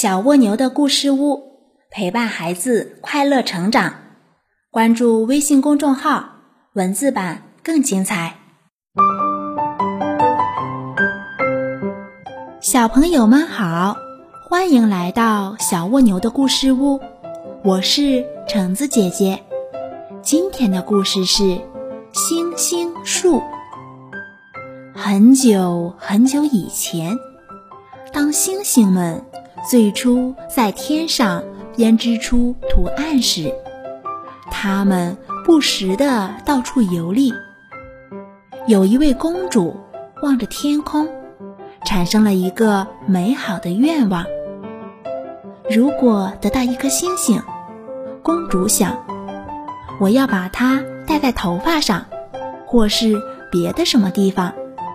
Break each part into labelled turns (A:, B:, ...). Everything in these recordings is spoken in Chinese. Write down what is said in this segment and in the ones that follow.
A: 小蜗牛的故事屋，陪伴孩子快乐成长。关注微信公众号，文字版更精彩。小朋友们好，欢迎来到小蜗牛的故事屋，我是橙子姐姐。今天的故事是星星树。很久很久以前，当星星们最初在天上编织出图案时，它们不时地到处游历。有一位公主望着天空，产生了一个美好的愿望。如果得到一颗星星，公主想，我要把它戴在头发上，或是别的什么地方。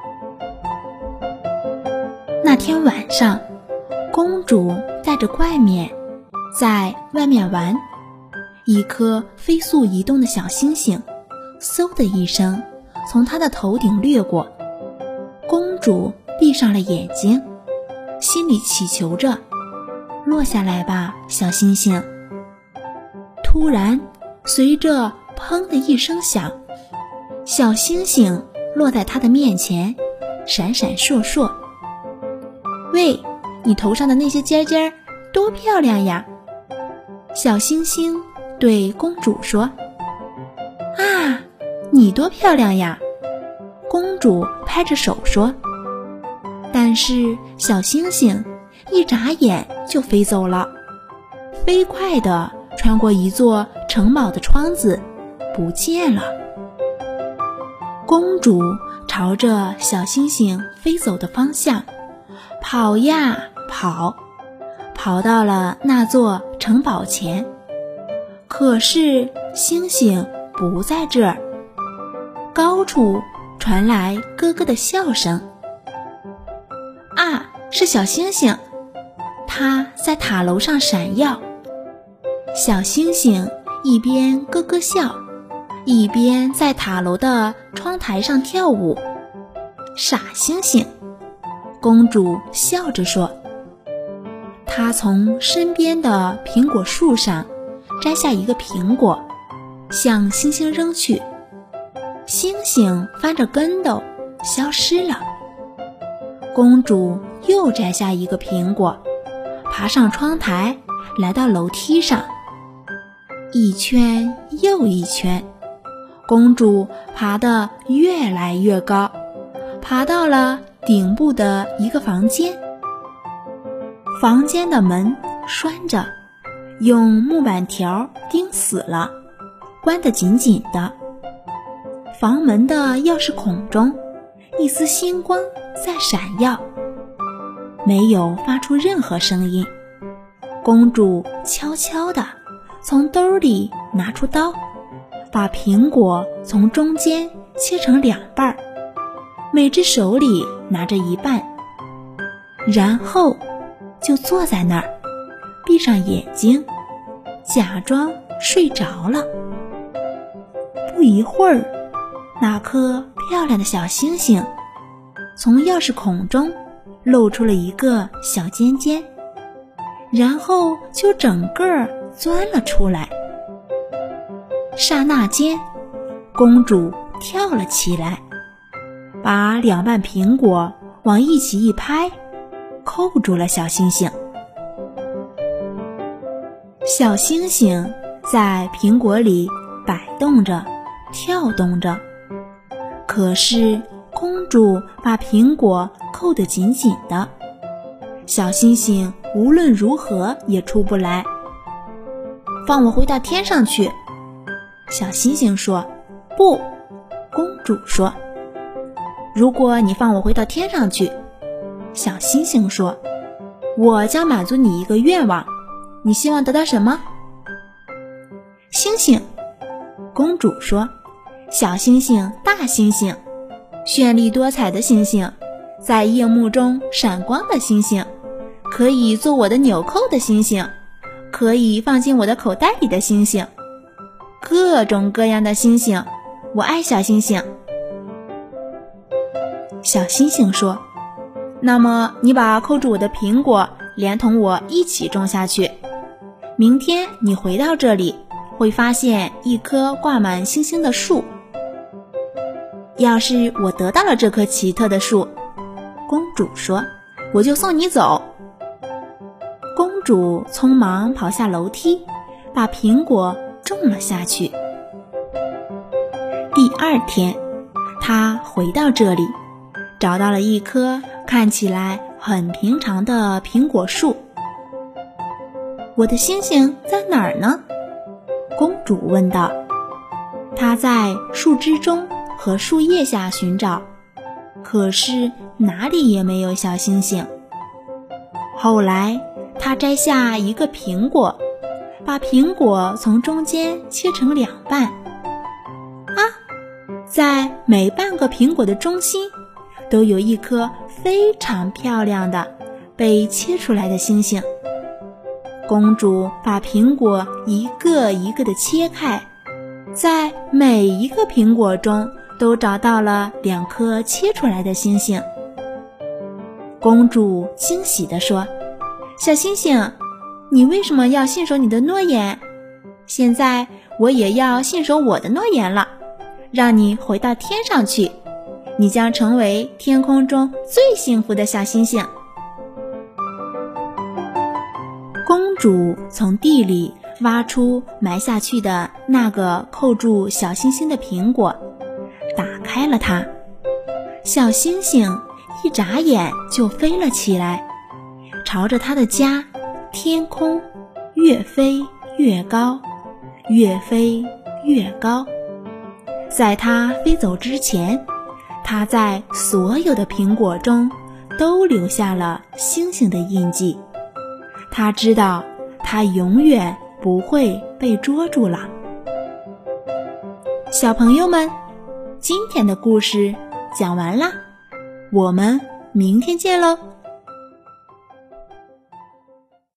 A: 那天晚上，公主带着冠冕在外面玩，一颗飞速移动的小星星嗖的一声从她的头顶掠过。公主闭上了眼睛，心里祈求着，落下来吧，小星星。突然随着砰的一声响，小星星落在她的面前，闪闪烁烁。喂，你头上的那些尖尖多漂亮呀！小星星对公主说。啊，你多漂亮呀！公主拍着手说。但是小星星一眨眼就飞走了，飞快地穿过一座城堡的窗子，不见了。公主朝着小星星飞走的方向跑呀跑，跑到了那座城堡前。可是星星不在这儿，高处传来咯咯的笑声。啊，是小星星，它在塔楼上闪耀。小星星一边咯咯笑，一边在塔楼的窗台上跳舞。傻星星，公主笑着说。她从身边的苹果树上摘下一个苹果，向星星扔去。星星翻着跟斗消失了。公主又摘下一个苹果，爬上窗台，来到楼梯上。一圈又一圈，公主爬得越来越高，爬到了顶部的一个房间。房间的门拴着，用木板条钉死了，关得紧紧的。房门的钥匙孔中，一丝星光在闪耀，没有发出任何声音。公主悄悄地从兜里拿出刀，把苹果从中间切成2半，每只手里拿着一半，然后就坐在那儿，闭上眼睛，假装睡着了。不一会儿，那颗漂亮的小星星从钥匙孔中露出了一个小尖尖，然后就整个钻了出来。刹那间，公主跳了起来，把2瓣苹果往一起一拍，扣住了小星星。小星星在苹果里摆动着，跳动着，可是公主把苹果扣得紧紧的，小星星无论如何也出不来。放我回到天上去，小星星说。不，公主说。如果你放我回到天上去，小星星说，我将满足你一个愿望，你希望得到什么？星星，公主说。小星星，大星星，绚丽多彩的星星，在夜幕中闪光的星星，可以做我的纽扣的星星，可以放进我的口袋里的星星，各种各样的星星，我爱小星星。小星星说，那么你把扣住我的苹果连同我一起种下去。明天你回到这里，会发现一棵挂满星星的树。要是我得到了这棵奇特的树，公主说，我就送你走。公主匆忙跑下楼梯，把苹果种了下去。第二天，她回到这里，找到了一棵看起来很平常的苹果树。我的星星在哪儿呢？公主问道。她在树枝中和树叶下寻找，可是哪里也没有小星星。后来她摘下一个苹果，把苹果从中间切成2半。啊，在每半个苹果的中心都有一颗非常漂亮的被切出来的星星。公主把苹果一个一个地切开，在每一个苹果中都找到了2颗切出来的星星。公主惊喜地说，小星星，你为什么要信守你的诺言？现在我也要信守我的诺言了，让你回到天上去，你将成为天空中最幸福的小星星。公主从地里挖出埋下去的那个扣住小星星的苹果，打开了它。小星星一眨眼就飞了起来，朝着它的家天空越飞越高，越飞越高。在它飞走之前，它在所有的苹果中都留下了星星的印记。他知道他永远不会被捉住了。小朋友们，今天的故事讲完啦，我们明天见喽。